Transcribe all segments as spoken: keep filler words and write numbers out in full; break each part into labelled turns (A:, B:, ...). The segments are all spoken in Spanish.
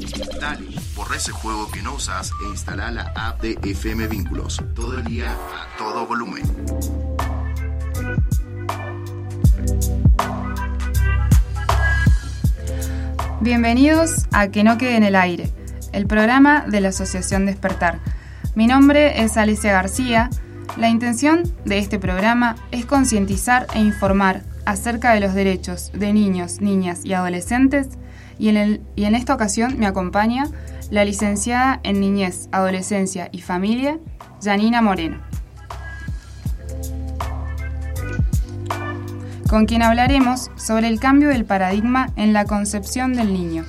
A: Dale, borra ese juego que no usas e instala la app de F M Vínculos. Todo el día, a todo volumen.
B: Bienvenidos a Que no quede en el aire, el programa de la Asociación Despertar. Mi nombre es Alicia García. La intención de este programa es concientizar e informar acerca de los derechos de niños, niñas y adolescentes, y en, el, y en esta ocasión me acompaña la licenciada en Niñez, Adolescencia y Familia, Janina Moreno, con quien hablaremos sobre el cambio del paradigma en la concepción del niño.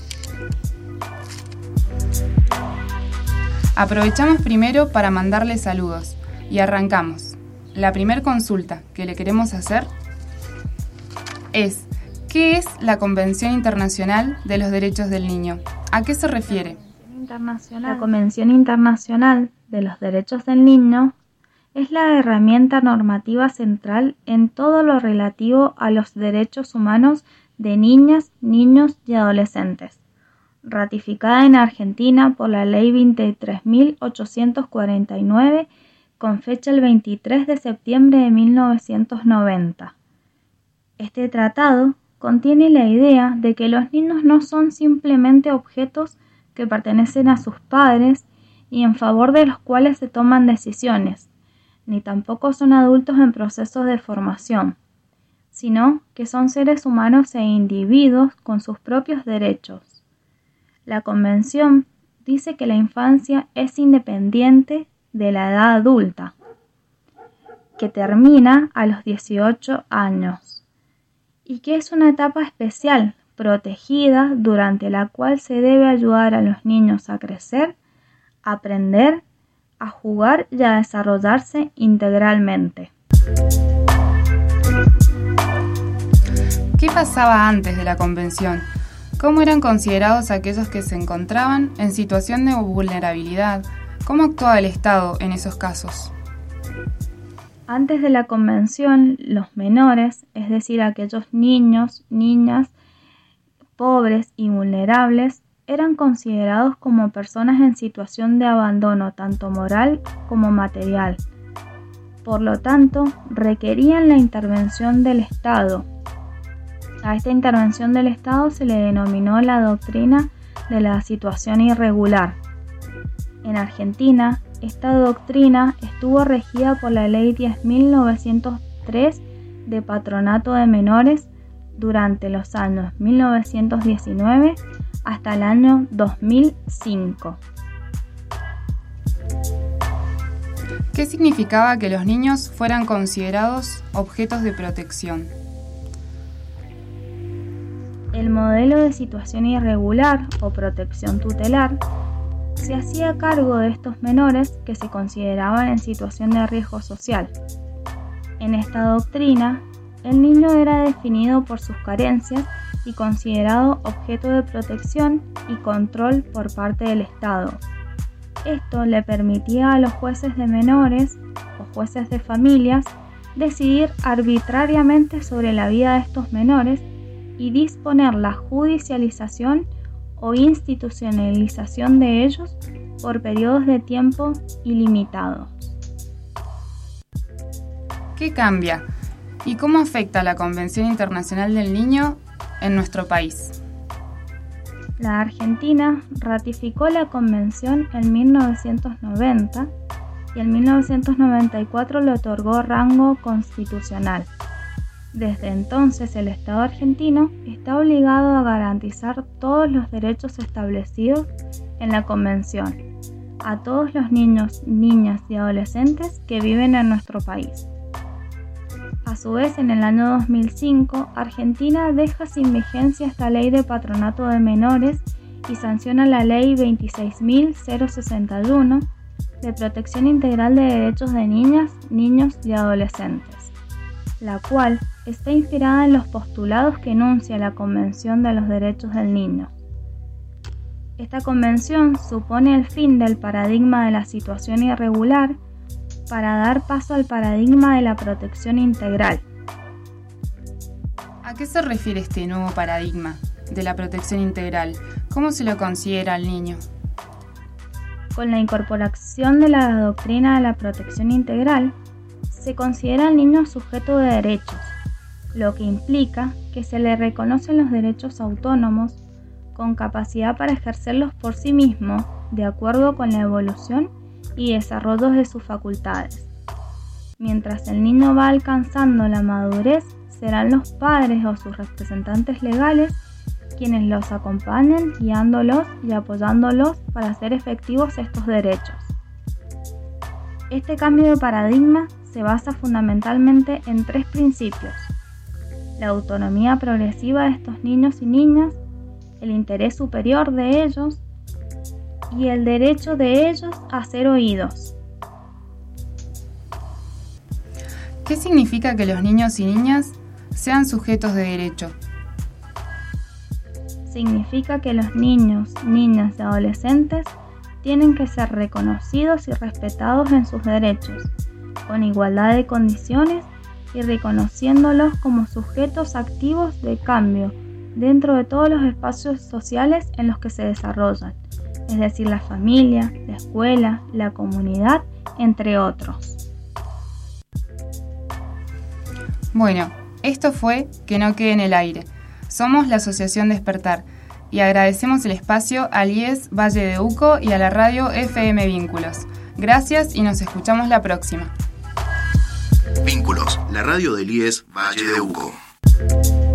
B: Aprovechamos primero para mandarle saludos y arrancamos. La primer consulta que le queremos hacer es: ¿qué es la Convención Internacional de los Derechos del Niño? ¿A qué se refiere?
C: La Convención Internacional de los Derechos del Niño es la herramienta normativa central en todo lo relativo a los derechos humanos de niñas, niños y adolescentes, ratificada en Argentina por la Ley veintitrés mil ochocientos cuarenta y nueve con fecha el veintitrés de septiembre de mil novecientos noventa. Este tratado contiene la idea de que los niños no son simplemente objetos que pertenecen a sus padres y en favor de los cuales se toman decisiones, ni tampoco son adultos en procesos de formación, sino que son seres humanos e individuos con sus propios derechos. La Convención dice que la infancia es independiente de la edad adulta, que termina a los dieciocho años, y que es una etapa especial, protegida, durante la cual se debe ayudar a los niños a crecer, a aprender, a jugar y a desarrollarse integralmente.
B: ¿Qué pasaba antes de la Convención? ¿Cómo eran considerados aquellos que se encontraban en situación de vulnerabilidad? ¿Cómo actuaba el Estado en esos casos?
C: Antes de la Convención, los menores, es decir, aquellos niños, niñas, pobres y vulnerables, eran considerados como personas en situación de abandono tanto moral como material. Por lo tanto, requerían la intervención del Estado. A esta intervención del Estado se le denominó la doctrina de la situación irregular. En Argentina, esta doctrina estuvo regida por la Ley diez mil novecientos tres de Patronato de Menores durante los años mil novecientos diecinueve hasta el año dos mil cinco.
B: ¿Qué significaba que los niños fueran considerados objetos de protección?
C: El modelo de situación irregular o protección tutelar se hacía cargo de estos menores que se consideraban en situación de riesgo social. En esta doctrina, el niño era definido por sus carencias y considerado objeto de protección y control por parte del Estado. Esto le permitía a los jueces de menores o jueces de familias decidir arbitrariamente sobre la vida de estos menores y disponer la judicialización o institucionalización de ellos por periodos de tiempo ilimitados.
B: ¿Qué cambia? ¿Y cómo afecta la Convención Internacional del Niño en nuestro país?
C: La Argentina ratificó la Convención en mil novecientos noventa y en mil novecientos noventa y cuatro le otorgó rango constitucional. Desde entonces, el Estado argentino está obligado a garantizar todos los derechos establecidos en la Convención a todos los niños, niñas y adolescentes que viven en nuestro país. A su vez, en el año dos mil cinco, Argentina deja sin vigencia esta Ley de Patronato de Menores y sanciona la Ley veintiséis mil sesenta y uno de Protección Integral de Derechos de Niñas, Niños y Adolescentes, la cual está inspirada en los postulados que enuncia la Convención de los Derechos del Niño. Esta convención supone el fin del paradigma de la situación irregular para dar paso al paradigma de la protección integral.
B: ¿A qué se refiere este nuevo paradigma? de la protección integral? ¿Cómo se lo considera al niño?
C: Con la incorporación de la doctrina de la protección integral, se considera al niño sujeto de derechos, lo que implica que se le reconocen los derechos autónomos con capacidad para ejercerlos por sí mismo, de acuerdo con la evolución y desarrollo de sus facultades. Mientras el niño va alcanzando la madurez, serán los padres o sus representantes legales quienes los acompañen, guiándolos y apoyándolos para hacer efectivos estos derechos. Este cambio de paradigma se basa fundamentalmente en tres principios: la autonomía progresiva de estos niños y niñas, el interés superior de ellos y el derecho de ellos a ser oídos.
B: ¿Qué significa que los niños y niñas sean sujetos de derecho?
C: Significa que los niños, niñas y adolescentes tienen que ser reconocidos y respetados en sus derechos, con igualdad de condiciones y reconociéndolos como sujetos activos de cambio dentro de todos los espacios sociales en los que se desarrollan, es decir, la familia, la escuela, la comunidad, entre otros.
B: Bueno, esto fue Que no quede en el aire. Somos la Asociación Despertar y agradecemos el espacio al I E S Valle de Uco y a la radio F M Vínculos. Gracias y nos escuchamos la próxima.
A: Vínculos, la radio del I E S Valle de Uco.